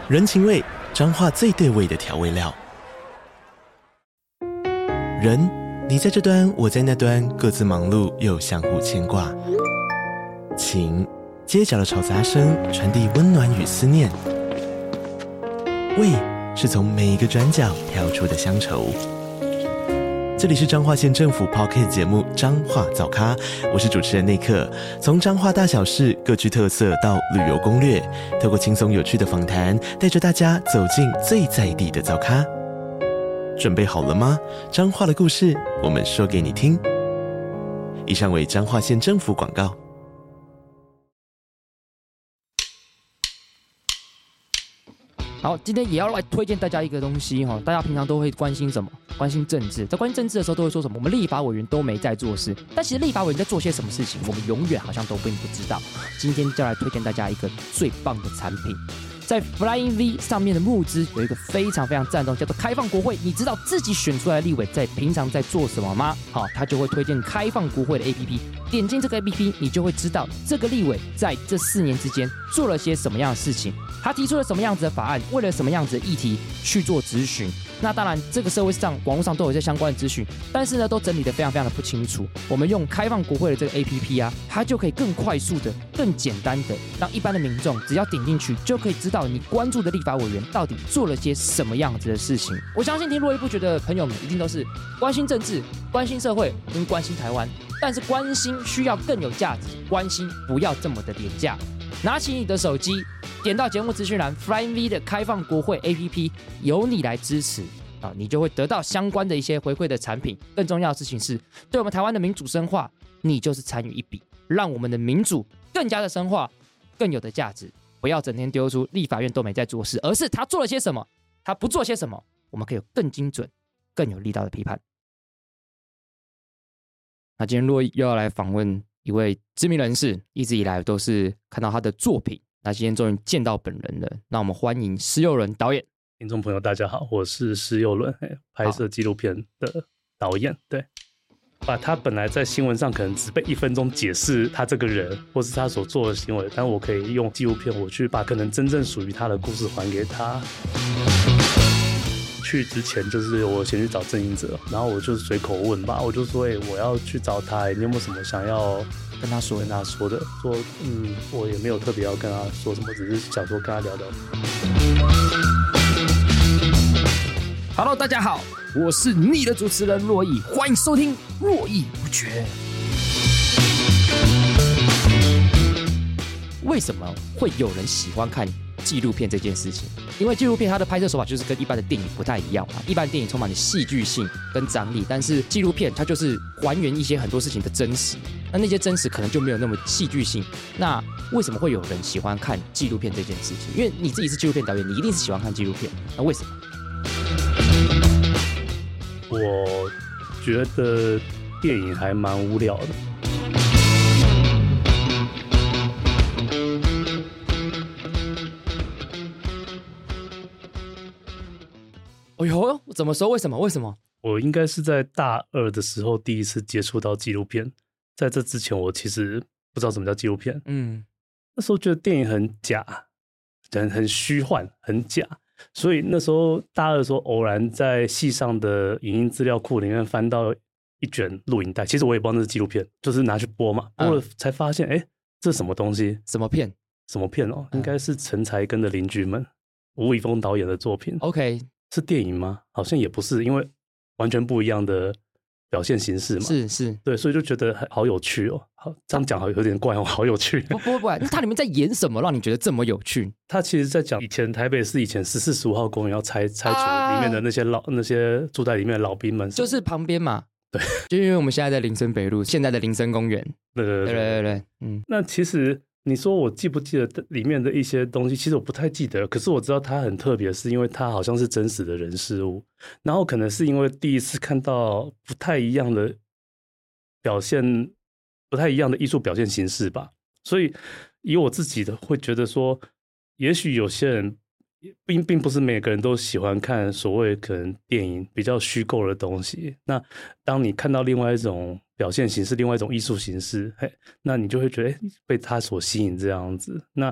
人情味，彰化最对味的调味料。人，你在这端，我在那端，各自忙碌又相互牵挂。情，街角的吵杂声传递温暖与思念。味，是从每一个转角跳出的乡愁。这里是彰化县政府 Podcast 节目《彰化早咖》，我是主持人内克。从彰化大小事各具特色到旅游攻略，透过轻松有趣的访谈，带着大家走进最在地的早咖。准备好了吗？彰化的故事，我们说给你听。以上为彰化县政府广告。 好，今天也要来推荐大家一个东西哈，大家平常都会关心什么？关心政治，在关心政治的时候都会说什么？我们立法委员都没在做事，但其实立法委员在做些什么事情，我们永远好像都并不知道。今天就来推荐大家一个最棒的产品。在 Flying V 上面的募资有一个非常非常赞的东西，叫做开放国会。你知道自己选出来的立委在平常在做什么吗？好，他就会推荐开放国会的 APP。点进这个 APP， 你就会知道这个立委在这4年之间做了些什么样的事情，他提出了什么样子的法案，为了什么样子的议题去做质询。那当然，这个社会上、网络上都有一些相关的资讯，但是呢，都整理得非常非常的不清楚。我们用开放国会的这个 APP 啊，它就可以更快速的、更简单的，让一般的民众只要点进去，就可以知道你关注的立法委员到底做了些什么样子的事情。我相信听络绎不绝的朋友们，一定都是关心政治、关心社会跟关心台湾，但是关心需要更有价值，关心不要这么的廉价。拿起你的手机，点到节目资讯栏 Flying V 的开放国会 APP， 由你来支持啊，你就会得到相关的一些回馈的产品。更重要的事情是，对我们台湾的民主深化，你就是参与一笔，让我们的民主更加的深化，更有的价值。不要整天丢出立法院都没在做事，而是他做了些什么，他不做些什么，我们可以有更精准、更有力道的批判。那今天络绎又要来访问一位知名人士，一直以来都是看到他的作品，那今天终于见到本人了。那我们欢迎施佑伦导演。 听众朋友大家好，我是施佑伦，拍摄纪录片的导演。对，他本来在新闻上可能只被1分钟解释他这个人或是他所做的行为，但我可以用纪录片我去把可能真正属于他的故事还给他。去之前就是我先去找郑英哲，然后我就随口问吧，我就说我要去找他，你有没有什么想要跟他说的？说我也没有特别要跟他说什么，只是想说跟他聊聊。 Hello， 大家好，我是你的主持人络绎，欢迎收听络绎不绝。为什么会有人喜欢看纪录片这件事情？因为纪录片它的拍摄手法就是跟一般的电影不太一样嘛。一般电影充满了戏剧性跟张力，但是纪录片它就是还原一些很多事情的真实，那些真实可能就没有那么戏剧性。那为什么会有人喜欢看纪录片这件事情？因为你自己是纪录片导演，你一定是喜欢看纪录片。那为什么？ 我觉得电影还蛮无聊的。 哎呦，怎么说？为什么？ 我应该是在大2的时候第一次接触到纪录片，在这之前我其实不知道什么叫纪录片。那时候觉得电影很假，很虚幻，很假。所以那时候大2的时候，偶然在系上的影音资料库里面翻到一卷录影带，其实我也不知道那是纪录片，就是拿去播嘛，播了才发现，这是什么东西？ 什么片哦？应该是陈才根的邻居们，吴宇峰导演的作品。 OK， 是电影吗？好像也不是，因为完全不一样的表现形式嘛。 是，对， 所以就觉得好有趣哦。好，这样讲有点怪哦，好有趣。 不，那它里面在演什么，让你觉得这么有趣？ 它其实在讲以前台北市14、15号公园要拆除里面的那些住在里面的老兵们， 就是旁边嘛。 对， 就因为我们现在在林森北路，现在的林森公园。对， 那其实你说我记不记得里面的一些东西，其实我不太记得，可是我知道它很特别，是因为它好像是真实的人事物，然后可能是因为第一次看到不太一样的表现，不太一样的艺术表现形式吧，所以以我自己的会觉得说，也许有些人并不是每个人都喜欢看所谓可能电影比较虚构的东西，那当你看到另外一种表现形式，另外一种艺术形式，那你就会觉得被它所吸引这样子。那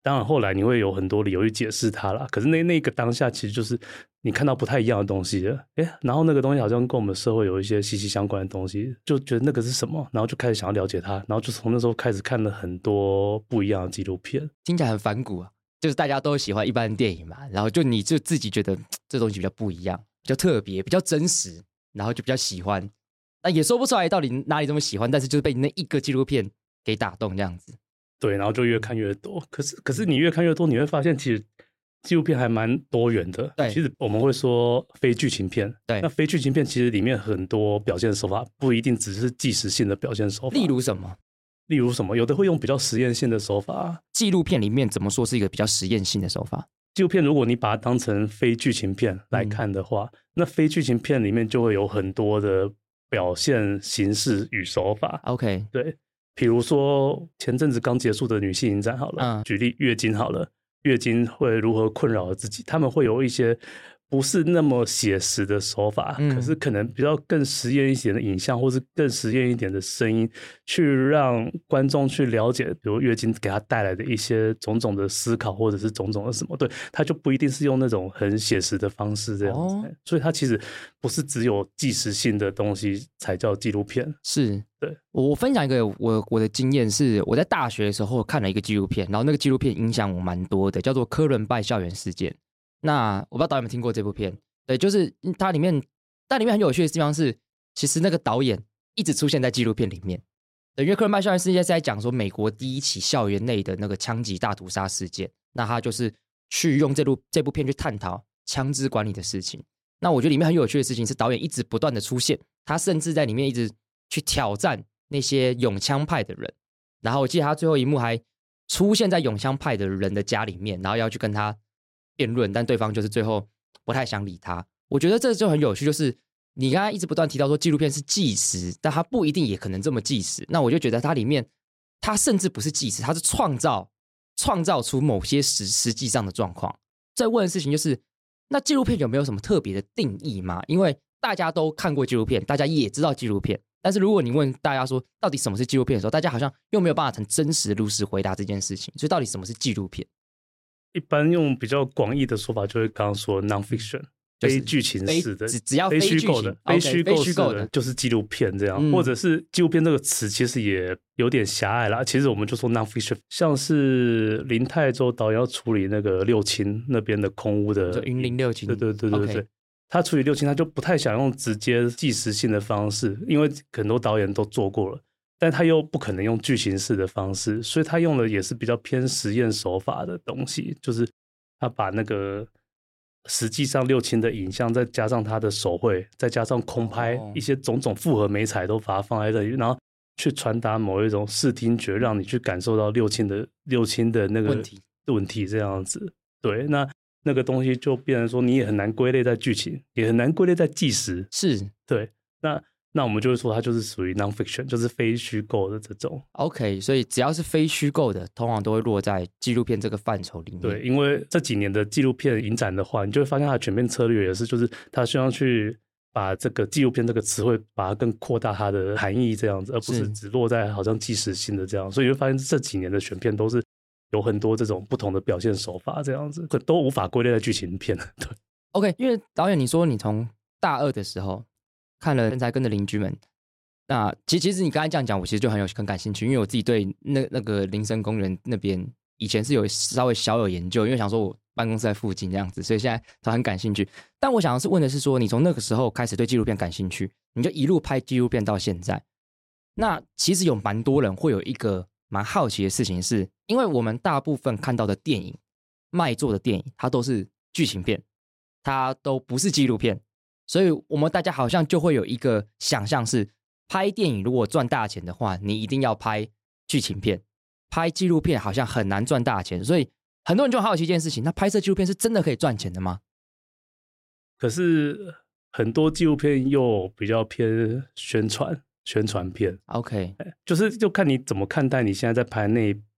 当然后来你会有很多理由去解释它啦，可是那个当下其实就是你看到不太一样的东西了，然后那个东西好像跟我们社会有一些息息相关的东西，就觉得那个是什么，然后就开始想要了解它，然后就从那时候开始看了很多不一样的纪录片。 听起来很反骨啊，就是大家都喜欢一般的电影嘛，然后就你就自己觉得这东西比较不一样，比较特别，比较真实，然后就比较喜欢，那也说不出来到底哪里这么喜欢，但是就是被那一个纪录片给打动这样子。 对，然后就越看越多。可是你越看越多，你会发现其实纪录片还蛮多元的。 对， 其实我们会说非剧情片， 对， 那非剧情片其实里面很多表现手法不一定只是纪实性的表现手法。 例如什么？ 例如什么？有的会用比较实验性的手法。 纪录片里面怎么说是一个比较实验性的手法？ 纪录片如果你把它当成非剧情片来看的话，那非剧情片里面就会有很多的表现形式与手法。 OK， 对。比如说前阵子刚结束的女性影展好了，举例月经好了，月经会如何困扰自己，他们会有一些不是那么写实的手法，可是可能比较更实验一点的影像，或是更实验一点的声音，去让观众去了解，比如月经给他带来的一些种种的思考，或者是种种的什么，对，他就不一定是用那种很写实的方式这样子，所以他其实不是只有纪实性的东西才叫纪录片。 是， 对， 我分享一个我的经验是，我在大学的时候看了一个纪录片，然后那个纪录片影响我蛮多的，叫做科伦拜校园事件。那我不知道导演有没有听过这部片，对，就是它里面很有趣的地方是，其实那个导演一直出现在纪录片里面。对，因为科伦拜校园事件是在讲说美国第一起校园内的那个枪击大屠杀事件，那他就是去用这部片去探讨枪支管理的事情。那我觉得里面很有趣的事情是，导演一直不断的出现，他甚至在里面一直去挑战那些拥枪派的人。然后我记得他最后一幕还出现在拥枪派的人的家里面，然后要去跟他辩论，但对方就是最后不太想理他。我觉得这就很有趣，就是你刚刚一直不断提到说纪录片是纪实，但它不一定也可能这么纪实。那我就觉得它里面，它甚至不是纪实，它是创造出某些实际上的状况。再问的事情就是，那纪录片有没有什么特别的定义吗？因为大家都看过纪录片，大家也知道纪录片，但是如果你问大家说到底什么是纪录片的时候，大家好像又没有办法很真实如实回答这件事情。所以到底什么是纪录片？ 一般用比较广义的说法，就会刚刚说 non-fiction， 非剧情式的， 只要非虚构的，非虚构的就是纪录片这样，或者是纪录片这个词其实也有点狭隘啦。其实我们就说 non-fiction， 像是林泰洲导演要处理那个六轻那边的空屋的， 就云林六轻， 对，他处理六轻他就不太想用直接纪实性的方式，因为很多导演都做过了。但他又不可能用剧情式的方式，所以他用的也是比较偏实验手法的东西，就是他把那个实际上六轻的影像，再加上他的手绘，再加上空拍，一些种种复合媒材都把它放在这里，然后去传达某一种视听觉，让你去感受到六轻的那个问题这样子。对，那个东西就变成说，你也很难归类在剧情，也很难归类在纪实。 是， 对，那我们就会说它就是属于 non-fiction， 就是非虚构的这种。 OK， 所以只要是非虚构的，通常都会落在纪录片这个范畴里面。 对，因为这几年的纪录片影展的话，你就会发现它的全面策略也是，就是它希望去把这个纪录片这个词汇，把它更扩大它的含义这样子，而不是只落在好像纪实性的这样。所以你会发现这几年的选片都是有很多这种不同的表现手法这样子，都无法归类在剧情片。对 ，OK， 因为导演你说你从大二的时候看了《人才跟的邻居们》，那其实你刚才这样讲，我其实就很感兴趣，因为我自己对那个林森公园那边以前是有稍微小有研究，因为想说我办公室在附近这样子，所以现在都很感兴趣。但我想要问的是说，你从那个时候开始对纪录片感兴趣，你就一路拍纪录片到现在。那其实有蛮多人会有一个蛮好奇的事情是，因为我们大部分看到的电影，卖座的电影，它都是剧情片，它都不是纪录片。所以我们大家好像就会有一个想象是，拍电影如果赚大钱的话，你一定要拍剧情片，拍纪录片好像很难赚大钱。所以很多人就很好奇一件事情，那拍摄纪录片是真的可以赚钱的吗？ 可是很多纪录片又比较偏宣传片。 OK， 就看你怎么看待你现在在拍那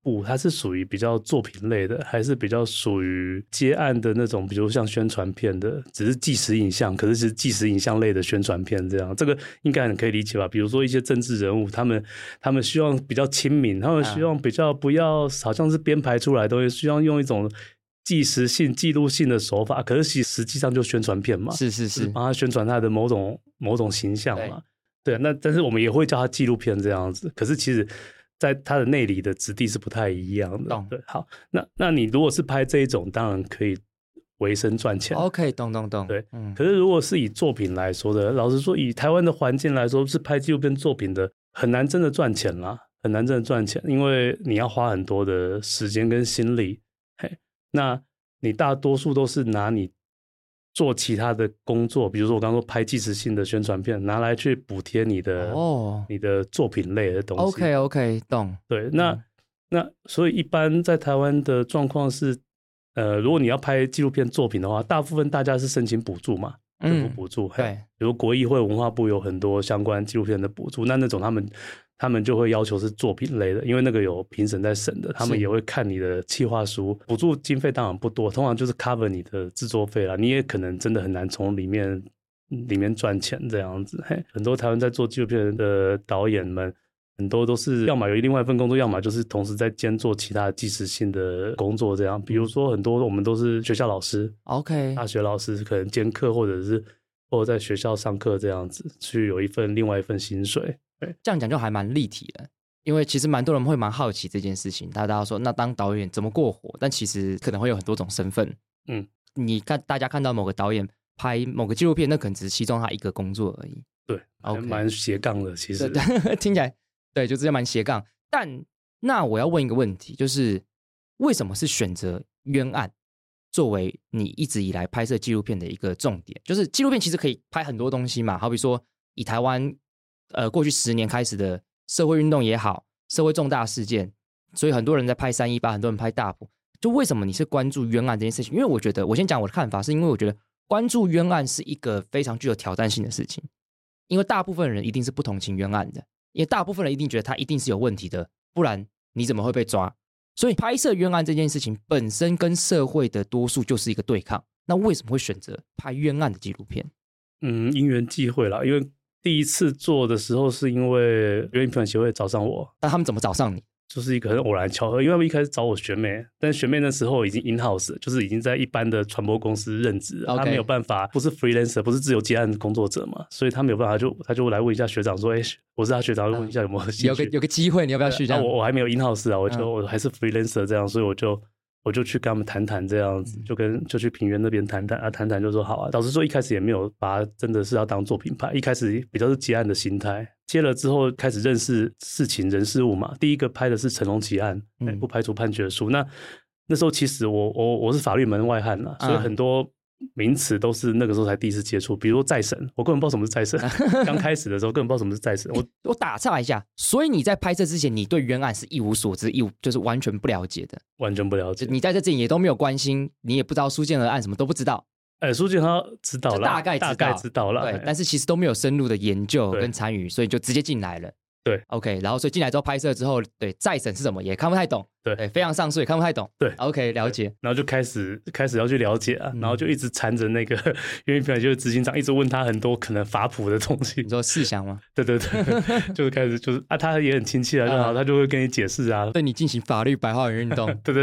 部，它是属于比较作品类的，还是比较属于接案的那种，比如像宣传片的，只是纪实影像，可是是纪实影像类的宣传片这样，这个应该很可以理解吧？比如说一些政治人物，他们希望比较亲民，他们希望比较不要好像是编排出来的东西，希望用一种纪实性、记录性的手法，可是实际上就宣传片嘛， 是帮他宣传他的某种形象嘛。对，那但是我们也会叫它纪录片这样子，可是其实在它的内里的质地是不太一样的。对，好，那你如果是拍这一种，当然可以维生赚钱。 OK， 懂。 对，可是如果是以作品来说的，老实说，以台湾的环境来说，是拍纪录片作品的很难真的赚钱啦，很难真的赚钱，因为你要花很多的时间跟心力。那你大多数都是拿你做其他的工作，比如说我刚刚说拍纪实性的宣传片，拿来去补贴你的作品类的东西。 OK， 懂。 对，那所以一般在台湾的状况是，如果你要拍纪录片作品的话，大部分大家是申请补助嘛，政府补助。 对， 比如国艺会、文化部有很多相关纪录片的补助，那种他们就会要求是作品类的，因为那个有评审在审的，他们也会看你的企划书。补助经费当然不多，通常就是 cover 你的制作费啦，你也可能真的很难从里面赚钱这样子。很多台湾在做纪录片的导演们，很多都是要么有另外一份工作，要么就是同时在兼做其他纪实性的工作这样。比如说很多我们都是学校老师 ，OK， 大学老师可能兼课或者在学校上课这样子，去有另外一份薪水。 这样讲就还蛮立体的，因为其实蛮多人会蛮好奇这件事情。大家说，那当导演怎么过活？但其实可能会有很多种身份。你看大家看到某个导演拍某个纪录片，那可能只是其中他一个工作而已。 对，蛮斜杠的，其实听起来对，就直接蛮斜杠。但那我要问一个问题，就是为什么是选择冤案作为你一直以来拍摄纪录片的一个重点？就是纪录片其实可以拍很多东西嘛，好比说以台湾过去10年开始的社会运动也好，社会重大事件，所以很多人在拍318，很多人拍大埔。就为什么你是关注冤案这件事情？因为我觉得，我先讲我的看法，是因为我觉得关注冤案是一个非常具有挑战性的事情，因为大部分人一定是不同情冤案的，因为大部分人一定觉得他一定是有问题的，不然你怎么会被抓？所以拍摄冤案这件事情本身跟社会的多数就是一个对抗。那为什么会选择拍冤案的纪录片？ 因缘际会啦，因为第一次做的时候是因为原影评协会找上我。 那他们怎么找上你？ 就是一个很偶然巧合，因为他们一开始找我学妹，但学妹那时候已经 in-house， 就是已经在一般的传播公司任职了，他没有办法，不是 freelancer， 不是自由接案工作者嘛，所以他没有办法，他就来问一下学长说，我是他学长，问一下有没有兴趣， 有个机会，你要不要去？这样我还没有 in-house 啊，我还是 freelancer 这样，所以我就去跟他们谈这样子，就去平原那边谈就说好啊。老实说，一开始也没有把它真的是要当作品拍，一开始比较是接案的心态。接了之后开始认识事情人事物嘛。第一个拍的是陈龙奇案，不排除判决书。那时候其实我是法律门外汉啦，所以很多名词都是那个时候才第一次接触，比如说再审，我根本不知道什么是再审。刚开始的时候根本不知道什么是再审。 我打岔一下，所以你在拍摄之前，你对冤案是一无所知，就是完全不了解的， 完全不了解。 你在这之前也都没有关心，你也不知道苏建和案什么都不知道。 苏建和知道了， 大概知道了， 对，但是其实都没有深入的研究跟参与，所以就直接进来了。 对 ，OK， 然后所以进来之后拍摄之后，对再审是什么也看不太懂，对，非常上诉也看不太懂， 对 ，OK， 了解。 然后就开始要去了解啊，然后就一直缠着那个原影评就是执行长，一直问他很多可能法普的东西。 你说事项吗？ 对，就是开始他也很亲切啊，就好，他就会跟你解释啊， 对你进行法律白话文运动。 对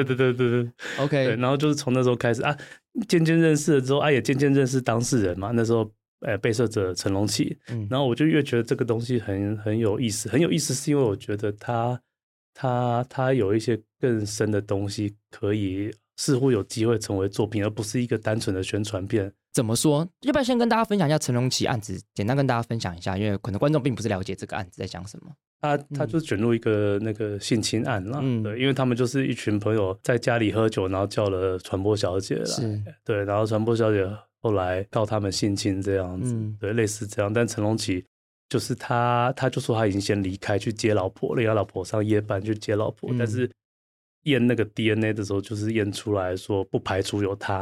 ，OK， 对，然后就是从那时候开始啊，渐渐认识了之后啊，也渐渐认识当事人嘛，那时候。被摄者陈龙奇，然后我就越觉得这个东西很有意思，很有意思，是因为我觉得他有一些更深的东西，可以似乎有机会成为作品，而不是一个单纯的宣传片。 怎么说？要不要先跟大家分享一下陈龙奇案子？简单跟大家分享一下，因为可能观众并不是了解这个案子在讲什么。 他就卷入一个那个性侵案啦，对，因为他们就是一群朋友在家里喝酒，然后叫了传播小姐来，对，然后传播小姐后来告他们性侵这样子，对，类似这样。但陈龙奇就是他就说他已经先离开去接老婆了，因为他老婆上夜班去接老婆，但是验那个 DNA 的时候，就是验出来说不排除有他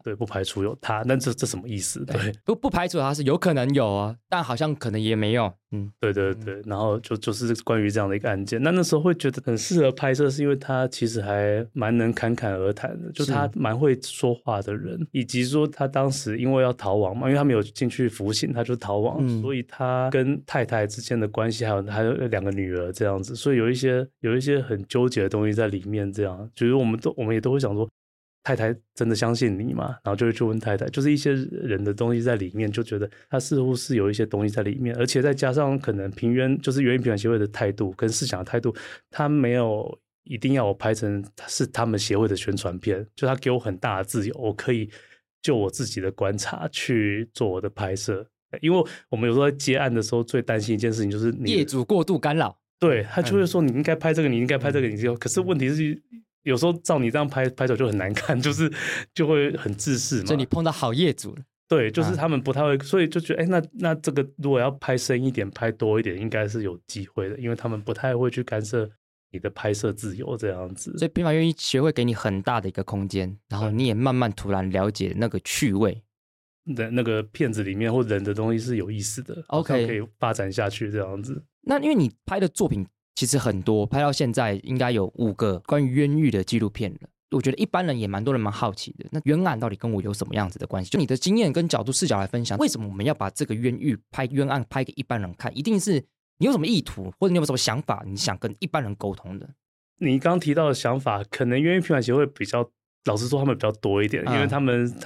对，不排除有他，但这什么意思？对， 不排除他是有可能有啊，但好像可能也没有。 对对对，然后就是关于这样的一个案件，那时候会觉得很适合拍摄，是因为他其实还蛮能侃侃而谈的，就他蛮会说话的人，以及说他当时因为要逃亡嘛，因为他没有进去服刑，他就逃亡，所以他跟太太之间的关系，还有2个女儿这样子，所以有一些很纠结的东西在里面，这样，就是我们也都会想说。太太真的相信你吗？然后就会去问太太，就是一些人的东西在里面，就觉得他似乎是有一些东西在里面，而且再加上可能就是原因平反协会的态度跟思想的态度，他没有一定要我拍成是他们协会的宣传片，就他给我很大的自由，我可以就我自己的观察去做我的拍摄，因为我们有时候在接案的时候最担心一件事情就是业主过度干扰， 对，他就会说你应该拍这个，你应该拍这个，可是问题是。有时候照你这样拍手就很难看，就会很自私嘛。 所以你碰到好业主了。 对，就是他们不太会，所以就觉得，那这个如果要拍深一点、拍多一点，应该是有机会的，因为他们不太会去干涉你的拍摄自由这样子。 所以平反愿意协会给你很大的一个空间，然后你也慢慢突然了解那个趣味。 那个片子里面或人的东西是有意思的 ，OK， 可以发展下去这样子。 那因为你拍的作品。其实很多，拍到现在应该有5个关于冤狱的纪录片了。我觉得一般人也蛮多人蛮好奇的，那冤案到底跟我有什么样子的关系？就你的经验跟角度视角来分享，为什么我们要把这个冤狱拍冤案拍给一般人看？一定是你有什么意图，或者你有什么想法，你想跟一般人沟通的？ 你刚提到的想法，可能冤狱平反协会比较。老实说，他们比较多一点，因为他们是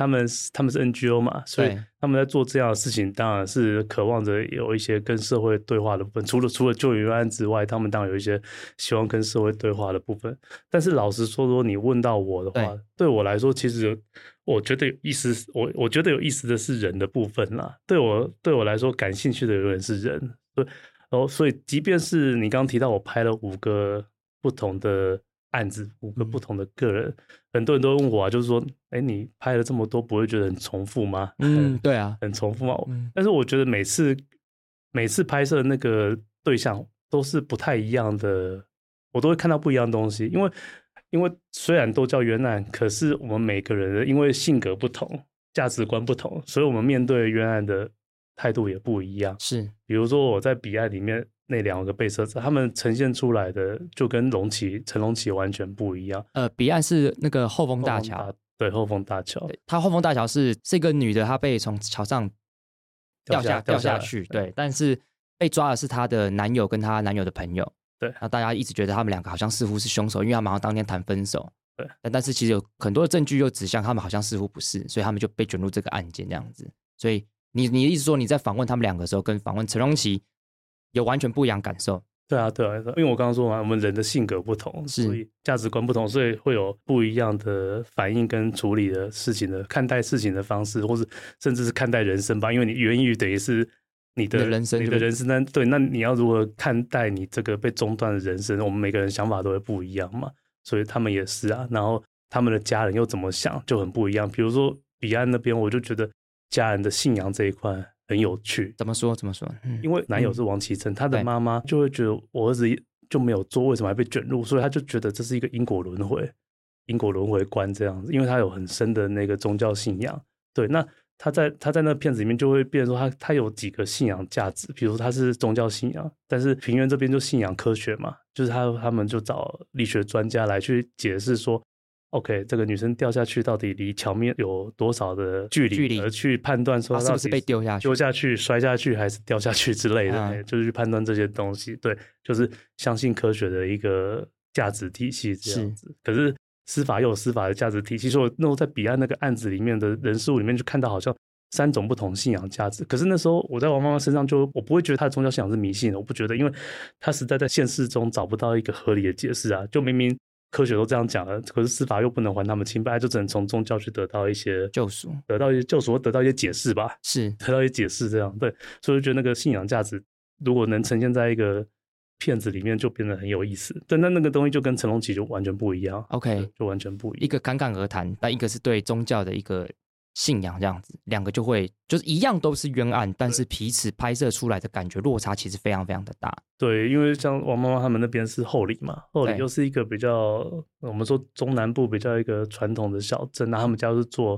NGO 嘛，所以他们在做这样的事情，当然是渴望着有一些跟社会对话的部分。除了救援案之外，他们当然有一些希望跟社会对话的部分。但是老实说，如果你问到我的话，对我来说，其实我觉得有意思，我觉得有意思的是人的部分啦。对我来说，感兴趣的永远是人。对，然后所以即便是你刚刚提到我拍了5个不同的。案子5个不同的个人，很多人都问我啊，就是说，你拍了这么多，不会觉得很重复吗？ 对啊， 很重复嘛。但是我觉得每次拍摄那个对象都是不太一样的，我都会看到不一样的东西。因为虽然都叫冤案，可是我们每个人因为性格不同、价值观不同，所以我们面对冤案的态度也不一样。 是， 比如说我在彼岸里面。那2个被摄者，他们呈现出来的就跟陈龙奇完全不一样。 彼岸是那个后丰大桥， 对，后丰大桥。 他后丰大桥是一个女的，她被从桥上掉下去，对，但是被抓的是她的男友跟她男友的朋友， 对， 那大家一直觉得他们2个好像似乎是凶手，因为他们好像当天谈分手， 对， 但是其实有很多的证据又指向他们好像似乎不是，所以他们就被卷入这个案件这样子。所以你的意思说你在访问他们2个的时候，跟访问陈龙奇有完全不一样感受？ 对啊，因为我刚刚说嘛，我们人的性格不同，所以价值观不同，所以会有不一样的反应跟处理的事情的看待事情的方式，或是甚至是看待人生吧。因为你冤狱等于是你的人生，对，那你要如何看待你这个被中断的人生？我们每个人想法都会不一样嘛，所以他们也是啊。然后他们的家人又怎么想，就很不一样。比如说彼岸那边，我就觉得家人的信仰这一块。很有趣， 怎么说？ 因为男友是王启成，他的妈妈就会觉得我儿子就没有做，为什么还被卷入？所以他就觉得这是一个因果轮回观这样子，因为他有很深的那个宗教信仰。对，那他在那片子里面就会变成说他有几个信仰价值，比如说他是宗教信仰，但是平原这边就信仰科学嘛，就是他们就找力学专家来去解释说。OK， 这个女生掉下去到底离桥面有多少的距离，而去判断说是不是被丢下去、摔下去还是掉下去之类的，就是去判断这些东西。对，就是相信科学的一个价值体系这样子。可是司法又有司法的价值体系，所以我那时候在彼岸那个案子里面的人事物里面就看到好像3种不同信仰价值。可是那时候我在王妈妈身上我不会觉得她的宗教信仰是迷信的，我不觉得，因为她实在在现实中找不到一个合理的解释啊，就明明。科学都这样讲了，可是司法又不能还他们清白，就只能从宗教去得到一些救赎， 得到一些解释吧， 是得到一些解释这样。对，所以我觉得那个信仰价值如果能呈现在一个片子里面，就变得很有意思。对，那个东西就跟陈龙奇就完全不一样。 OK， 就完全不一样。 一个侃侃而谈，但一个是对宗教的一个信仰，这样子，2个就会就是一样都是冤案，但是彼此拍摄出来的感觉落差其实非常非常的大。 对，因为像王妈妈他们那边是后里嘛，后里又是一个比较我们说中南部比较一个传统的小镇，那他们家是做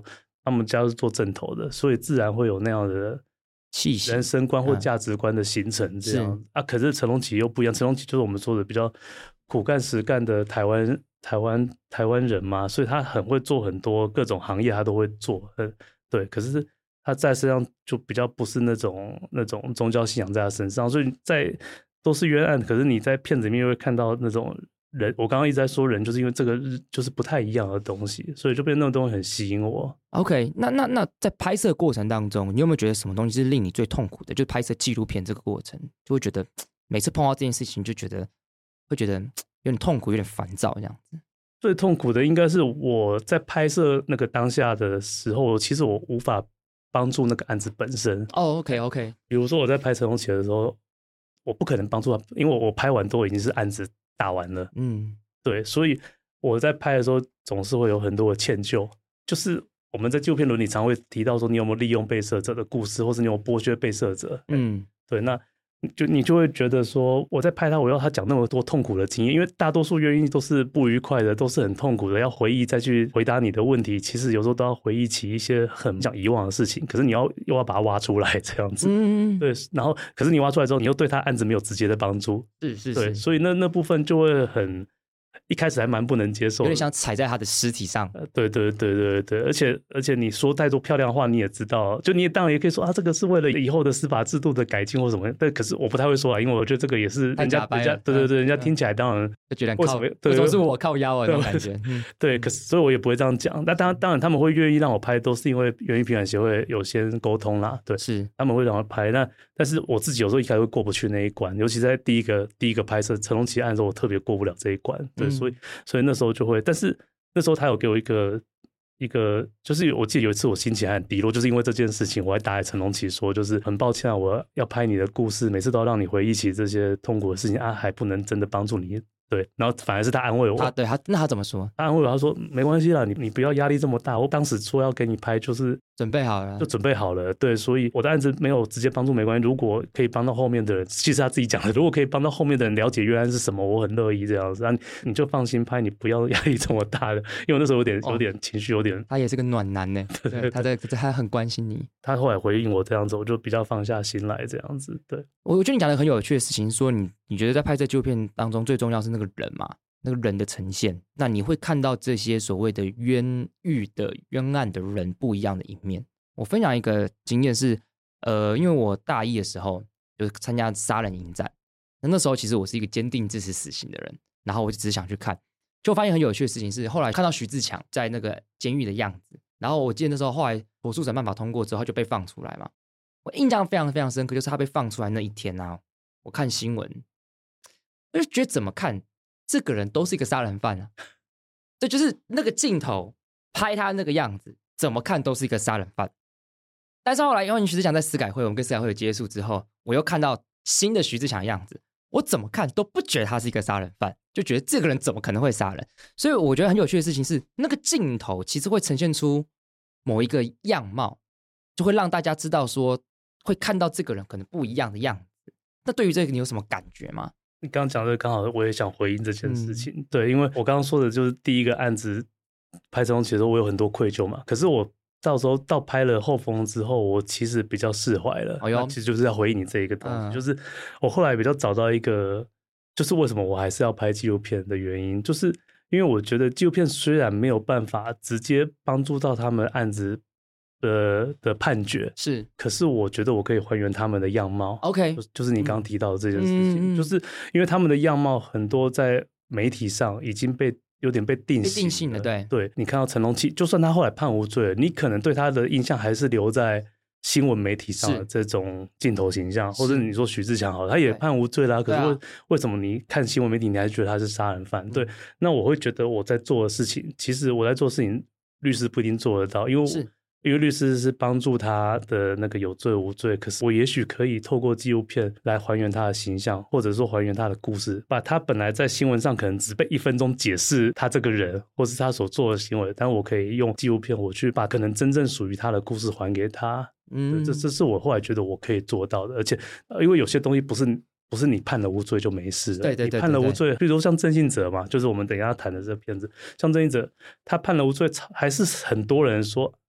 他们家是做正头的，所以自然会有那样的气息、 人生观或价值观的形成这样、啊。可是陈龙奇又不一样，陈龙奇就是我们说的比较苦干实干的台湾人嘛，所以他很会做很多各种行业，他都会做。对，可是他在身上就比较不是那种宗教信仰在他身上，所以都是冤案，可是你在片子里面又会看到那种人，我刚刚一直在说人，就是因为这个就是不太一样的东西，所以就变成那种东西很吸引我。 OK， 那在拍摄过程当中，你有没有觉得什么东西是令你最痛苦的？就是拍摄纪录片这个过程，就会觉得每次碰到这件事情，就会觉得有点痛苦，有点烦躁这样子。 最痛苦的应该是我在拍摄那个当下的时候，其实我无法帮助那个案子本身。 OK， 比如说我在拍陈龙奇的时候，我不可能帮助他，因为我拍完都已经是案子打完了。对，所以我在拍的时候总是会有很多的歉疚，就是我们在纪录片伦理常会提到说，你有没有利用被摄者的故事，或是你有剥削被摄者。对，那你就会觉得说，我在拍他，我要他讲那么多痛苦的经验，因为大多数原因都是不愉快的，都是很痛苦的，要回忆再去回答你的问题，其实有时候都要回忆起一些很想遗忘的事情，可是你又要把它挖出来这样子。对，然后可是你挖出来之后，你又对他案子没有直接的帮助。 是， 对，所以那部分就会一开始还蛮不能接受的， 有点像踩在他的尸体上。 对，而且你说太多漂亮话，你也知道，就你也当然也可以说啊，这个是为了以后的司法制度的改进或什么，但可是我不太会说啊，因为我觉得这个也是人家对，人家听起来当然就觉得为什么都是我靠腰啊那种感觉。 对，可是所以我也不会这样讲。那当然他们会愿意让我拍，都是因为园艺平反协会有先沟通啦，对， 是他们会让我拍。但是我自己有时候一开始会过不去那一关，尤其在第一个拍摄陈龙奇案的时候，我特别过不了这一关。对，所以那时候就会，但是那时候他有给我一个，就是我记得有一次我心情还很低落，就是因为这件事情，我还打给陈龙奇说，就是很抱歉啊，我要拍你的故事，每次都要让你回忆起这些痛苦的事情啊，还不能真的帮助你。对，然后反而是他安慰我。 那他怎么说？ 他安慰我，他说没关系啦，你不要压力这么大。我当时说要给你拍，就是准备好了， 就准备好了。对，所以我的案子没有直接帮助没关系。如果可以帮到后面的人，其实他自己讲的，如果可以帮到后面的人了解冤案是什么，我很乐意这样子。你就放心拍，你不要压力这么大的。因为我那时候有点情绪，有点。 他也是个暖男呢，对，他很关心你。 他后来回应我这样子，我就比较放下心来这样子。对， 我觉得你讲的很有趣的事情，说你觉得在拍摄纪录片当中最重要是那个人嘛？那个人的呈现，那你会看到这些所谓的冤狱的冤案的人不一样的一面。我分享一个经验是，因为我大一的时候就是参加杀人营战，那时候其实我是一个坚定支持死刑的人，然后我就只是想去看，就发现很有趣的事情是，后来看到徐自强在那个监狱的样子，然后我记得那时候后来火速审办法通过之后就被放出来嘛，我印象非常非常深刻，就是他被放出来那一天啊，我看新闻，我就觉得怎么看这个人都是一个杀人犯啊，这就是那个镜头拍他那个样子，怎么看都是一个杀人犯。但是后来因为徐自强在司改会，我们跟司改会有接触之后，我又看到新的徐自强的样子，我怎么看都不觉得他是一个杀人犯，就觉得这个人怎么可能会杀人。所以我觉得很有趣的事情是，那个镜头其实会呈现出某一个样貌，就会让大家知道说，会看到这个人可能不一样的样子。那对于这个你有什么感觉吗？ 你刚刚讲的刚好我也想回应这件事情。对，因为我刚刚说的就是第一个案子拍陈龙奇的时候，我有很多愧疚嘛，可是我到时候到拍了后封之后，我其实比较释怀了。其实就是要回应你这一个东西，就是我后来比较找到一个，就是为什么我还是要拍纪录片的原因，就是因为我觉得纪录片虽然没有办法直接帮助到他们案子的判决是， 可是我觉得我可以还原他们的样貌。 OK， 就是你刚刚提到的这件事情，就是因为他们的样貌很多在媒体上已经有点被定性了。对，你看到陈龙奇，就算他后来判无罪了，你可能对他的印象还是留在新闻媒体上的这种镜头形象，或者你说徐自强好了，他也判无罪啦，可是为什么你看新闻媒体你还是觉得他是杀人犯？对，那我会觉得我在做的事情，其实我在做的事情，律师不一定做得到，因为律师是帮助他的那个有罪无罪，可是我也许可以透过纪录片来还原他的形象，或者说还原他的故事，把他本来在新闻上可能只被1分钟解释他这个人或是他所做的行为，但我可以用纪录片我去把可能真正属于他的故事还给他。这是我后来觉得我可以做到的，而且因为有些东西不是你判了无罪就没事了。对，你判了无罪，比如说像郑信哲嘛，就是我们等一下谈的这个片子，像郑信哲他判了无罪，还是很多人说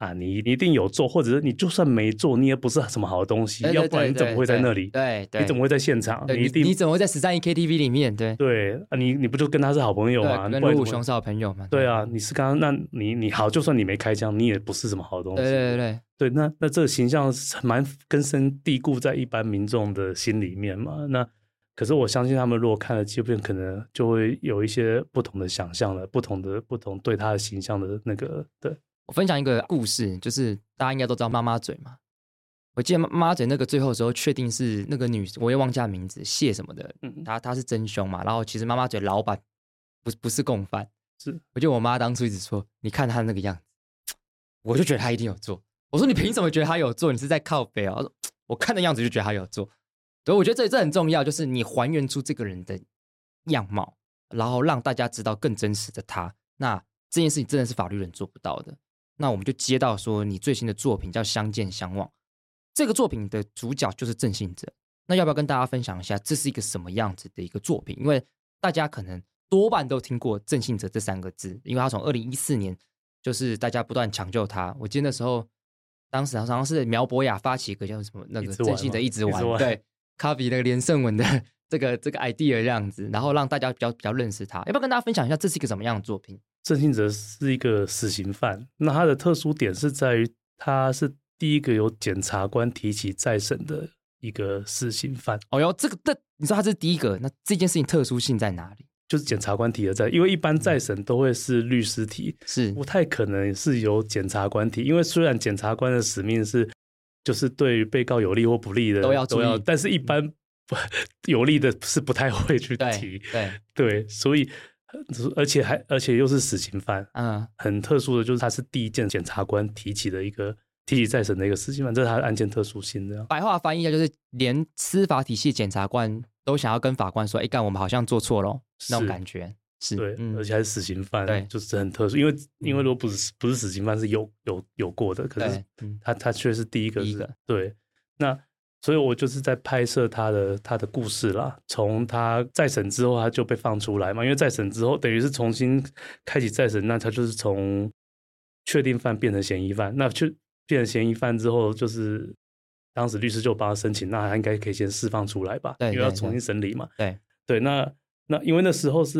你一定有做，或者是你就算没做，你也不是什么好东西，要不然你怎么会在那里？ 对， 你怎么会在现场？ 你怎么会在13E KTV 里面？ 对你不就跟他是好朋友吗？ 跟罗武雄是好朋友嘛？ 对啊，你是刚刚那你好，就算你没开枪，你也不是什么好东西。对，那这个形象蛮根深蒂固在一般民众的心里面嘛。那可是我相信他们如果看了纪录片，可能就会有一些不同的想象了，不同对他的形象的那个对。 我分享一个故事，就是大家应该都知道妈妈嘴嘛。我记得妈妈嘴那个最后的时候，确定是那个女，我也忘记她名字，谢什么的，她是真凶嘛。然后其实妈妈嘴老板不是共犯， 是。 我记得我妈当初一直说，你看她那个样子，我就觉得她一定有做。我说你凭什么觉得她有做？你是在靠北啊？我看的样子就觉得她有做。所以我觉得这很重要，就是你还原出这个人的样貌，然后让大家知道更真实的他。那这件事情真的是法律人做不到的。那我们就接到说你最新的作品叫《相见相望》，这个作品的主角就是郑信哲。那要不要跟大家分享一下这是一个什么样子的一个作品？因为大家可能多半都听过郑信哲这3个字，因为他从2014年就是大家不断抢救他。我记得那时候当时好像是苗博雅发起一个叫什么那个郑信哲一直玩，对，copy 那个连胜文的这个 idea 这样子，然后让大家比较认识他。要不要跟大家分享一下这是一个什么样的作品？ 郑信哲是一个死刑犯，那他的特殊点是在于他是第一个由检察官提起再审的一个死刑犯。 哦哟，你说他是第一个，那这件事情特殊性在哪里？ 就是检察官提的因为一般再审都会是律师提， 是不太可能是由检察官提，因为虽然检察官的使命是就是对于被告有利或不利的都要注意， 但是一般有利的是不太会去提，对，所以而且又是死刑犯，很特殊的就是他是第一件检察官提起再审的一个死刑犯，这是他的案件特殊性这样。 白话翻译一下，就是连司法体系检察官都想要跟法官说，干我们好像做错了那种感觉。是对，而且还是死刑犯，对，就是很特殊，因为如果不是死刑犯是有过的，可是他却是第一个，对，那所以我就是在拍摄他的故事啦。从他再审之后，他就被放出来嘛，因为再审之后等于是重新开启再审，那他就是从确定犯变成嫌疑犯，那就变成嫌疑犯之后，就是当时律师就帮他申请，那他应该可以先释放出来吧，因为要重新审理嘛。对，那因为那时候是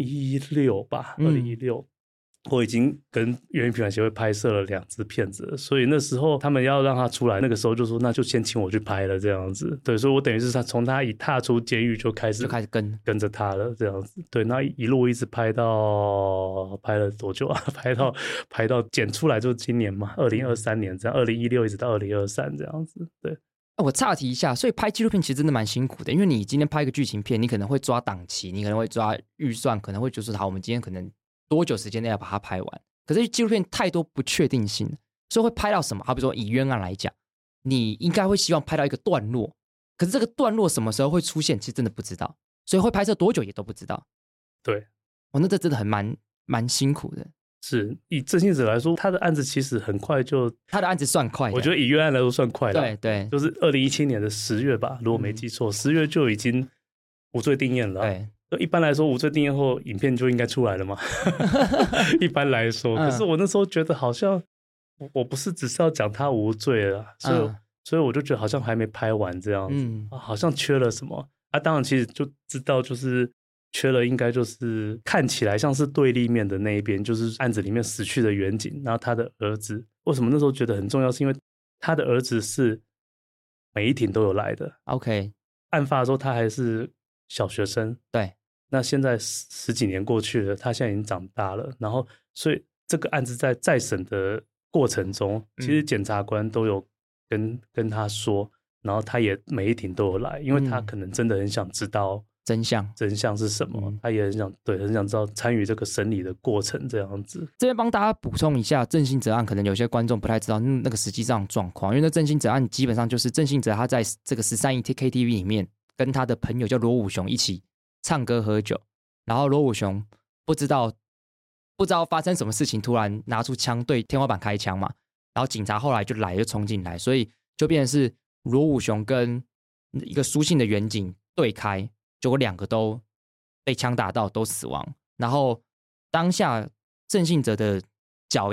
2016吧，2016。我已经跟原民平反协会拍摄了2支片子了，所以那时候他们要让他出来，那个时候就说那就先请我去拍了这样子。对，所以我等于是从他一踏出监狱就开始跟着他了这样子。对，那一路一直拍了多久啊？拍到剪出来就今年嘛，2023年这样，2016一直到2023这样子。对。 我岔题一下，所以拍纪录片其实真的蛮辛苦的，因为你今天拍一个剧情片，你可能会抓档期，你可能会抓预算，可能会就是好，我们今天可能多久时间内要把它拍完。可是纪录片太多不确定性，所以会拍到什么？好比说以冤案来讲，你应该会希望拍到一个段落，可是这个段落什么时候会出现，其实真的不知道，所以会拍摄多久也都不知道。 对， 那这真的很蛮辛苦的。 是以郑信哲来说，他的案子其实很快就， 他的案子算快的， 我觉得以冤案来说算快的。 对， 就是2017年的10月吧，如果没记错，10月就已经无罪定谳了。对，一般来说无罪定谳后，影片就应该出来了嘛。一般来说，可是我那时候觉得好像我不是只是要讲他无罪了，所以我就觉得好像还没拍完这样子，好像缺了什么啊。当然其实就知道就是缺了，应该就是看起来像是对立面的那一边，就是案子里面死去的远景，然后他的儿子。为什么那时候觉得很重要？是因为他的儿子是每一庭都有来的。 OK， 案发的时候他还是小学生。 对， 那现在十几年过去了，他现在已经长大了。然后，所以这个案子在再审的过程中，其实检察官都有跟他说，然后他也每一庭都有来，因为他可能真的很想知道真相是什么，他也很想知道参与这个审理的过程这样子。 这边帮大家补充一下，郑信哲案可能有些观众不太知道那个实际上状况，因为那郑信哲案基本上就是郑信哲他在这个13E KTV 里面跟他的朋友叫罗武雄一起唱歌喝酒，然后罗武雄不知道发生什么事情，突然拿出枪对天花板开枪嘛，然后警察后来就冲进来，所以就变成是罗武雄跟一个苏姓的远警对开。结果2个都被枪打到，都死亡。然后当下郑信哲的脚也被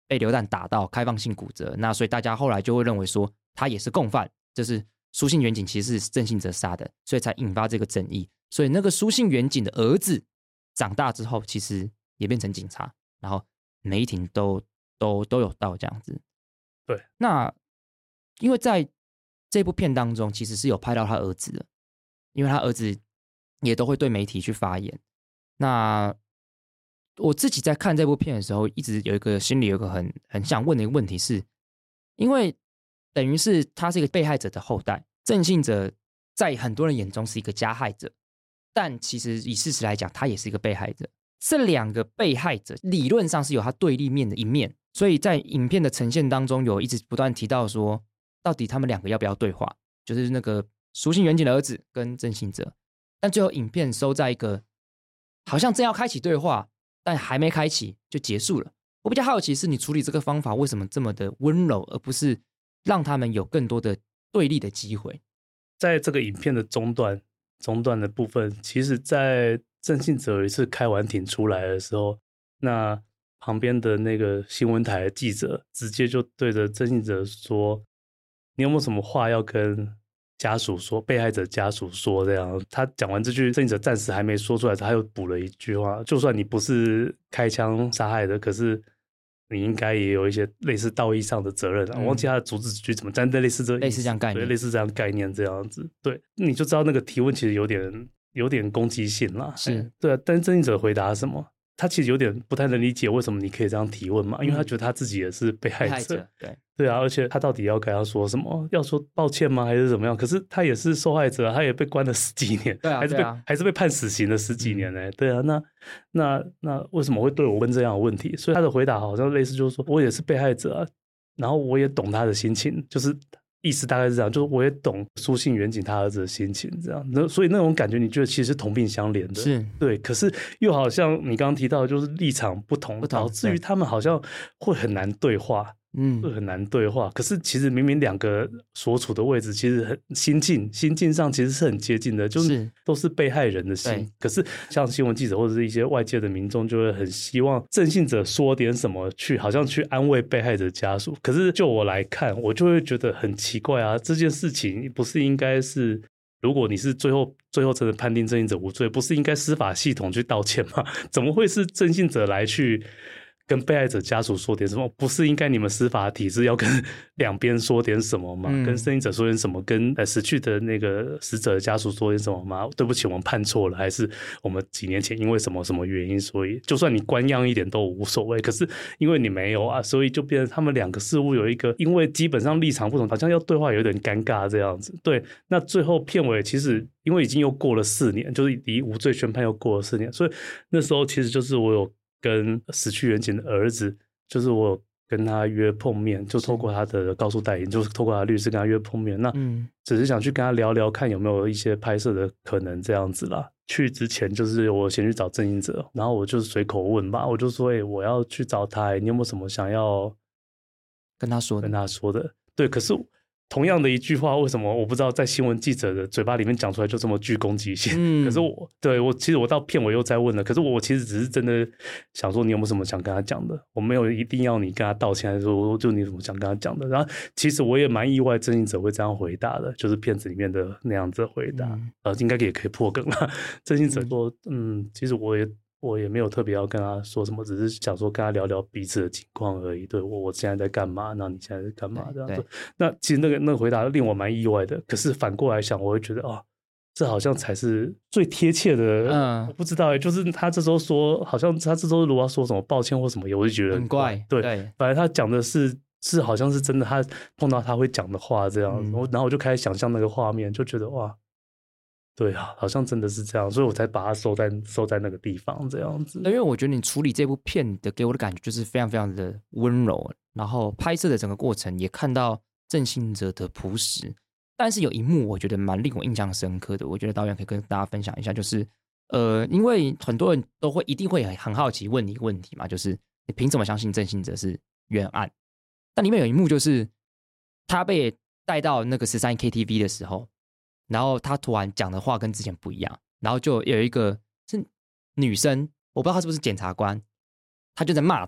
被流弹打到开放性骨折，那所以大家后来就会认为说他也是共犯，就是苏姓远景其实是郑信哲杀的，所以才引发这个争议。所以那个苏姓远景的儿子长大之后，其实也变成警察，然后每一庭都有到这样子。 对， 那因为在这部片当中，其实是有拍到他儿子的，因为他儿子也都会对媒体去发言。那我自己在看这部片的时候，一直心里有一个很想问的一个问题是，因为等于是他是一个被害者的后代，郑信哲在很多人眼中是一个加害者，但其实以事实来讲，他也是一个被害者。这两个被害者理论上是有他对立面的一面，所以在影片的呈现当中，有一直不断提到说，到底他们两个要不要对话，就是那个苏姓远景的儿子跟郑信哲，但最后影片收在一个好像正要开启对话，但还没开启就结束了。我比较好奇是你处理这个方法为什么这么的温柔，而不是让他们有更多的对立的机会。 在这个影片的中段的部分，其实在郑信哲有一次开完庭出来的时候，那旁边的那个新闻台的记者直接就对着郑信哲说，你有没有什么话要跟家属说，被害者家属说，这样。他讲完这句，郑信哲暂时还没说出来，他又补了一句话，就算你不是开枪杀害的，可是你应该也有一些类似道义上的责任啊。我忘记他的主旨句怎么，但类似这样概念， 对，类似这样概念这样子。对，你就知道那个提问其实有点攻击性啦。 是， 对啊。但是郑信哲回答什么？他其实有点不太能理解为什么你可以这样提问嘛，因为他觉得他自己也是被害者。对啊，而且他到底要跟他说什么？要说抱歉吗？还是怎么样？可是他也是受害者，他也被关了10几年， 对啊， 还是被判死刑了10几年呢。对啊，那为什么会对我问这样的问题？所以他的回答好像类似就是说，我也是被害者啊，然后我也懂他的心情，就是意思大概是这样，就是我也懂苏姓远景他儿子的心情，这样。所以那种感觉，你觉得其实是同病相怜的， 是对。可是又好像你刚刚提到的，就是立场不同，导致于他们好像会很难对话。会很难对话。可是其实明明两个所处的位置其实很心境上其实是很接近的，就是都是被害人的心。可是像新闻记者或者是一些外界的民众就会很希望郑信哲说点什么好像去安慰被害者家属。可是就我来看，我就会觉得很奇怪啊，这件事情不是应该是，如果你是最后真的判定郑信哲无罪，不是应该司法系统去道歉吗？怎么会是郑信哲来去跟被害者家属说点什么？不是应该你们司法体制要跟两边说点什么吗？跟申请者说点什么？跟死去的那个死者的家属说点什么吗？对不起，我们判错了，还是我们几年前因为什么原因，所以就算你官样一点都无所谓。可是因为你没有啊，所以就变成他们两个似乎有一个，因为基本上立场不同，好像要对话有点尴尬这样子。对，那最后片尾其实因为已经又过了4年，就是离无罪宣判又过了4年，所以那时候其实就是我有跟死去远景的儿子，就是我有跟他约碰面，就透过他的告诉代理，就是透过他的律师跟他约碰面。那只是想去跟他聊聊，看有没有一些拍摄的可能这样子啦。去之前就是我先去找郑信哲，然后我就是随口问吧，我就说我要去找他，你有没有什么想要跟他说的？对，可是同样的一句话，为什么我不知道在新闻记者的嘴巴里面讲出来就这么具攻击性？可是其实我到片尾又再问了，可是我其实只是真的想说，你有没有什么想跟他讲的？我没有一定要你跟他道歉，还是说就你怎么想跟他讲的？然后其实我也蛮意外，郑信哲会这样回答的，就是片子里面的那样子的回答。应该也可以破梗了。郑信哲说，其实我也没有特别要跟他说什么，只是想说跟他聊聊彼此的情况而已。对，我现在在干嘛？那你现在在干嘛？这样子。那其实那个回答令我蛮意外的。可是反过来想，我会觉得这好像才是最贴切的。我不知道就是他这时候说，好像他这时候如果要说什么抱歉或什么，我就觉得很怪。 对，反正他讲的是好像是真的，他碰到他会讲的话这样。然后我就开始想象那个画面，就觉得哇。对啊，好像真的是这样，所以我才把它收在那个地方这样子。 因为我觉得你处理这部片的给我的感觉就是非常非常的温柔，然后拍摄的整个过程也看到郑信哲的朴实。但是有一幕我觉得蛮令我印象深刻的，我觉得导演可以跟大家分享一下，就是因为很多人一定会很好奇问你一个问题嘛，就是你凭什么相信郑信哲是冤案？但里面有一幕就是他被带到那个13 KTV 的时候。然后他突然讲的话跟之前不一样，然后就有一个是女生，我不知道她是不是检察官，她就在骂他，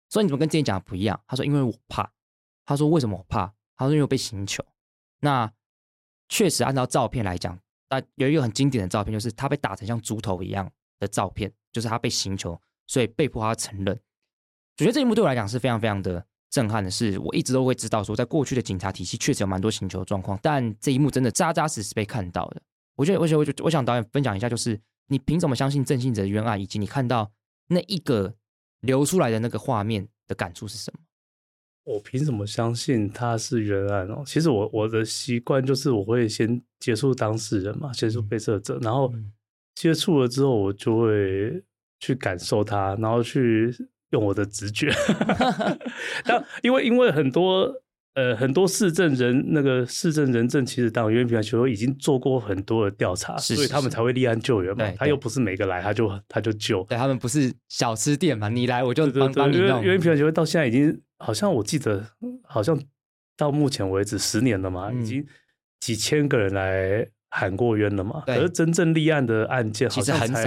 所以你怎么跟之前讲的不一样？他说因为我怕。他说为什么我怕？他说因为我被刑求。那确实按照照片来讲，有一个很经典的照片，就是他被打成像猪头一样的照片，就是他被刑求，所以被迫他承认。我觉得这一幕对我来讲是非常非常的震撼的，是我一直都会知道说，在过去的警察体系确实有蛮多刑求的状况，但这一幕真的扎扎实实被看到的。我想导演分享一下，就是你凭什么相信郑信哲的冤案，以及你看到那一个流出来的那个画面的感触是什么？ 我凭什么相信他是冤案哦？其实我的习惯就是我会先接触当事人嘛，接触被摄者，然后接触了之后，我就会去感受他，然后去用我的直觉。但因为很多市政人证，其实当冤平协会已经做过很多的调查，所以他们才会立案救援嘛。他又不是每个来他就救， 对，他们不是小吃店嘛，你来我就帮你弄。 冤平协会到现在已经好像我记得好像到目前为止10年了嘛，已经几千个人来喊过冤了嘛。可是真正立案的案件好像才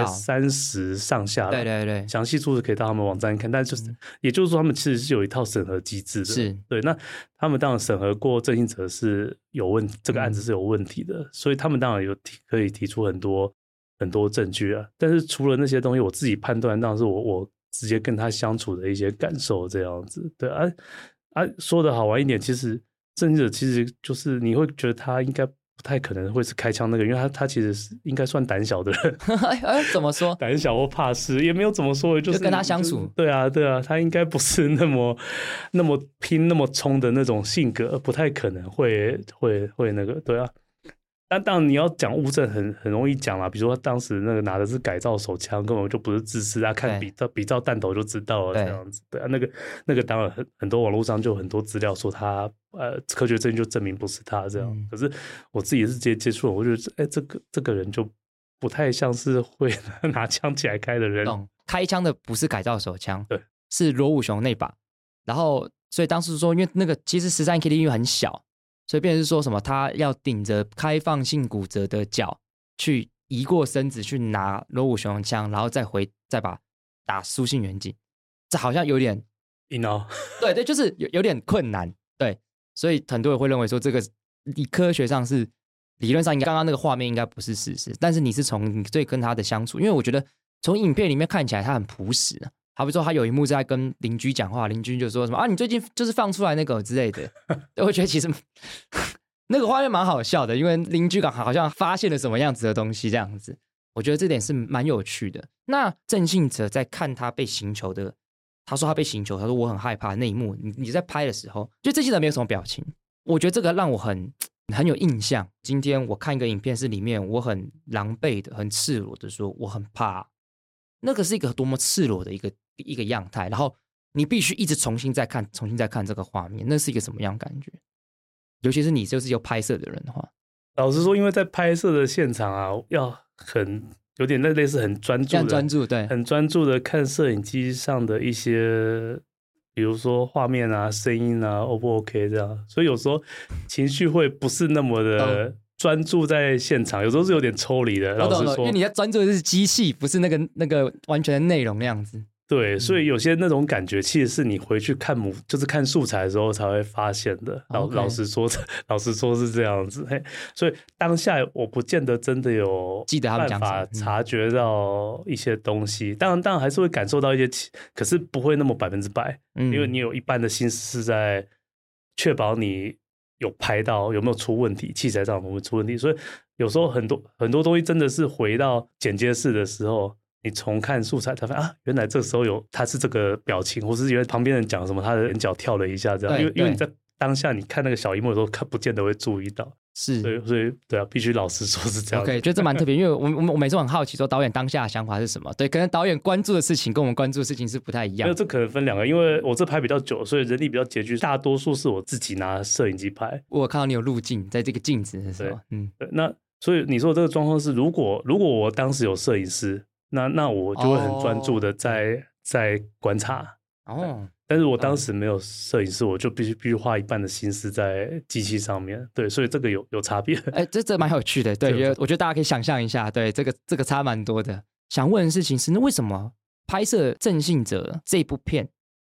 30上下了。 对， 详细数字可以到他们网站看，但就是也就是说，他们其实是有一套审核机制的。 是对，那他们当然审核过郑信哲是有问题，这个案子是有问题的，所以他们当然可以提出很多证据啊。但是除了那些东西，我自己判断当然是我直接跟他相处的一些感受这样子。对啊，说的好玩一点，其实郑信哲其实就是你会觉得他应该不太可能会是开枪那个，因为他其实是应该算胆小的人。 怎么说？ 胆小或怕事，也没有怎么说，就是跟他相处。 对啊，他应该不是那么拼、那么冲的那种性格，不太可能会那个，对啊。但当然你要讲物证很容易讲啦，比如说他当时那个拿的是改造手枪，根本就不是自私啊，看比照弹头就知道了这样子。对啊，那个当然很多网络上就很多资料说他科学证据就证明不是他这样。可是我自己是直接接触了，我觉得这个人就不太像是会拿枪起来开的人。 开枪的不是改造手枪， 对， 是罗武雄那把。然后所以当时说，因为那个其实13 K 的因为很小。所以变成是说什么，他要顶着开放性骨折的脚去移过身子去拿罗武雄枪，然后再把打苏信远景，这好像有点硬哦。 对，就是有点困难。对，所以很多人会认为说，这个科学上是理论上应该刚刚那个画面应该不是事实，但是你是从你对跟他的相处，因为我觉得从影片里面看起来他很朴实。好比说他有一幕是在跟邻居讲话，邻居就说什么啊，你最近就是放出来那个之类的。我觉得其实那个画面蛮好笑的，因为邻居好像发现了什么样子的东西这样子，我觉得这点是蛮有趣的。那郑信哲在看他被刑求的，他说他被刑求，他说我很害怕那一幕，你在拍的时候，就郑信哲没有什么表情，我觉得这个让我很有印象。今天我看一个影片是里面我很狼狈的、很赤裸的说我很怕，那个是一个多么赤裸的一个样态，然后你必须一直重新再看这个画面，那是一个什么样的感觉？尤其是你就是有拍摄的人的话， 老实说，因为在拍摄的现场啊，要有点类似很专注， 对， 很专注的看摄影机上的一些，比如说画面啊、声音啊 ，O 不 OK 这样，所以有时候情绪会不是那么的专注在现场，有时候是有点抽离的。老实说， 因为你在专注的是机器，不是那个完全的内容那样子。 对，所以有些那种感觉，其实是你回去就是看素材的时候才会发现的。老实说是这样子。所以当下我不见得真的有办法察觉到一些东西。当然还是会感受到一些，可是不会那么100%，因为你有一半的心思是在确保你有拍到有没有出问题，器材上有没有出问题。所以有时候很多东西真的是回到剪接室的时候，你重看素材才发现啊，原来这个时候他是这个表情，或是原来旁边人讲什么，他的眼角跳了一下这样。因为你在当下你看那个小荧幕的时候，不见得会注意到。 是， 所以对啊，必须老实说是这样。 OK， 觉得这蛮特别，因为我每次很好奇说导演当下的想法是什么。对，可能导演关注的事情跟我们关注的事情是不太一样。 没有，这可能分2个，因为我这拍比较久，所以人力比较拮据，大多数是我自己拿摄影机拍。 我看到你有录镜，在这个镜子的时候， 对，那所以你说的这个状况是，如果我当时有摄影师，那我就会很专注的在观察。但是我当时没有摄影师，我就必须花一半的心思在机器上面。对，所以这个有差别。 这蛮有趣的。对，我觉得大家可以想象一下，对，这个差蛮多的。想问的事情是，那为什么拍摄郑信哲这部片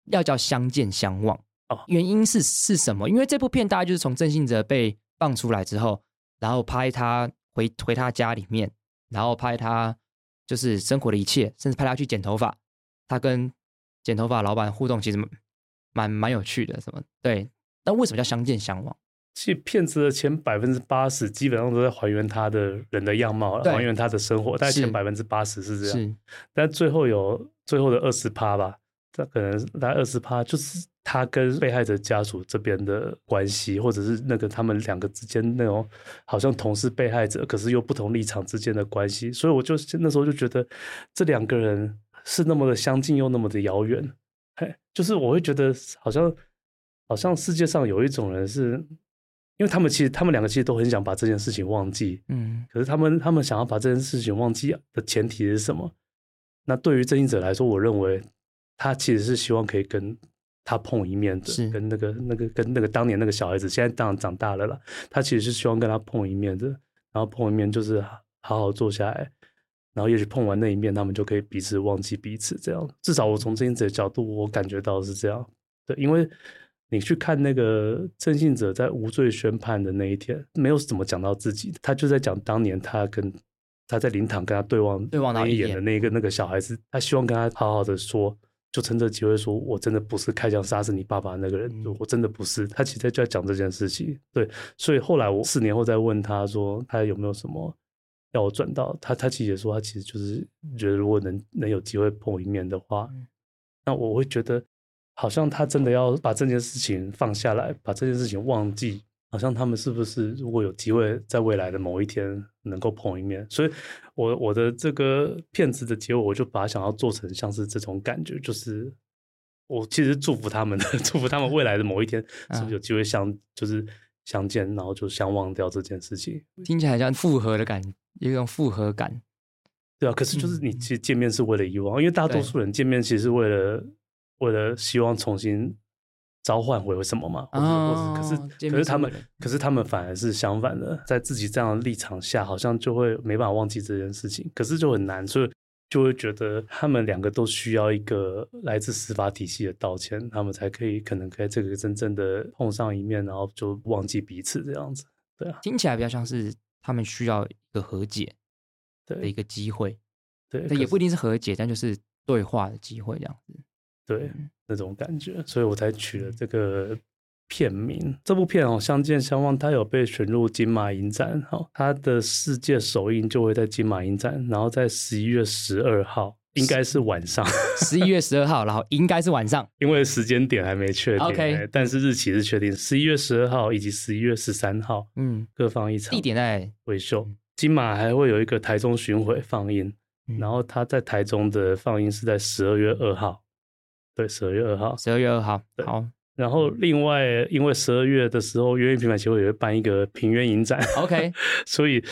要叫相见相忘。 哦， 原因是什么？因为这部片大概就是从郑信哲被放出来之后，然后拍他回他家里面，然后拍他就是生活的一切，甚至拍他去剪头发，他跟剪头发老板互动其实蛮有趣的，什么对？但为什么叫相见相忘？ 其实片子的前80%基本上都在还原他的人的样貌，还原他的生活，大概前80%是这样。是，但最后的20%吧，这可能大概20%就是他跟被害者家属这边的关系，或者是那个他们两个之间那种好像同是被害者，可是又不同立场之间的关系。所以我就那时候就觉得这两个人是那么的相近又那么的遥远。就是我会觉得好像世界上有一种人是，因为他们两个其实都很想把这件事情忘记，可是他们想要把这件事情忘记的前提是什么？那对于郑信哲来说，我认为他其实是希望可以跟他碰一面的，跟那个当年那个小孩子，现在当然长大了啦，他其实是希望跟他碰一面的，然后碰一面就是好好坐下来。然后也许碰完那一面，他们就可以彼此忘记彼此，这样。至少我从郑信哲的角度，我感觉到是这样。对，因为你去看那个郑信哲在无罪宣判的那一天，没有怎么讲到自己，他就在讲当年他在灵堂跟他对望那一眼的那个小孩子，他希望跟他好好的说，就趁这机会说，我真的不是开枪杀死你爸爸那个人，我真的不是。他其实就在讲这件事情。对，所以后来我4年后再问他说，他有没有什么要我转到他其实也说，他其实就是觉得如果能有机会碰一面的话，那我会觉得好像他真的要把这件事情放下来，把这件事情忘记，好像他们是不是如果有机会在未来的某一天能够碰一面。所以我的这个片子的结尾，我就把它想要做成像是这种感觉，就是我其实祝福他们的，祝福他们未来的某一天是不是有机会就是相见，然后就相忘掉这件事情。 听起来像复合的感觉，有一种复合感。 对啊，可是就是你其实见面是为了遗忘，因为大多数人见面其实是为了希望重新召唤回什么嘛，可是他们反而是相反的，在自己这样的立场下，好像就会没办法忘记这件事情，可是就很难，所以就会觉得他们两个都需要一个来自司法体系的道歉，他们才可能可以这个真正的碰上一面，然后就忘记彼此这样子。对啊， 听起来比较像是他们需要一个和解的一个机会， 对， 也不一定是和解，但就是对话的机会这样子。 对，那种感觉，所以我才取了这个片名。这部片相见相忘，它有被选入金马影展，它的世界首映就会在金马影展，然后在11月12号，应该是晚上。 11月12号，然后应该是晚上， 因为时间点还没确定。 OK， 但是日期是确定，11月12号以及11月13号，各放一场。 地点在维秀。金马还会有一个台中巡回放映，然后它在台中的放映是在12月2号。对，12月2号。 12月2号，好。 然后另外，因为12月的时候，原原平反协会也会办一个平原影展 ，OK， 所以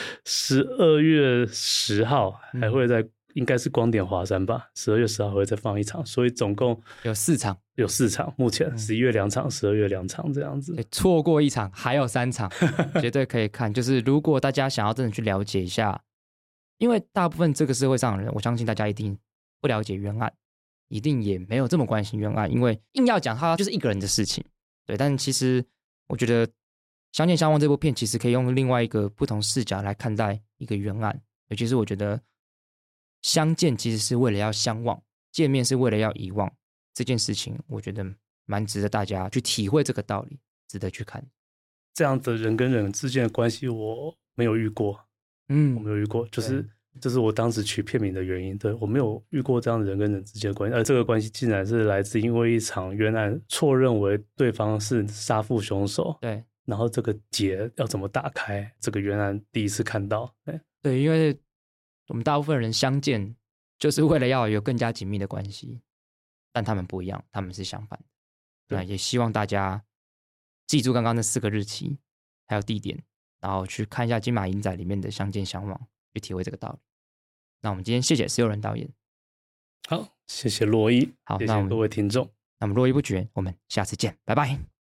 12月10号还会在，应该是光点华山吧，12月10号会再放一场，所以总共有4场， 目前11月2场，12月2场这样子。 错过1场还有3场，绝对可以看。就是如果大家想要真的去了解一下，因为大部分这个社会上的人，我相信大家一定不了解冤案。一定也没有这么关心冤案，因为硬要讲它就是一个人的事情，对。但其实我觉得《相见相忘》这部片其实可以用另外一个不同视角来看待一个冤案，尤其是我觉得相见其实是为了要相忘，见面是为了要遗忘这件事情，我觉得蛮值得大家去体会这个道理，值得去看。 这样的人跟人之间的关系我没有遇过，我没有遇过，就是这是我当时取片名的原因。对，我没有遇过这样的人跟人之间的关系，而这个关系竟然是来自因为一场冤案，错认为对方是杀父凶手。 对， 然后这个结要怎么打开，这个冤案第一次看到。 对，因为我们大部分人相见就是为了要有更加紧密的关系，但他们不一样，他们是相反的。那也希望大家记住刚刚那4个日期还有地点，然后去看一下金马影展里面的相见相忘，去体会这个道理。那我们今天谢谢石友仁导演， 好，谢谢洛伊， 好， 谢谢各位听众。 那我们络绎不绝，我们下次见，拜拜。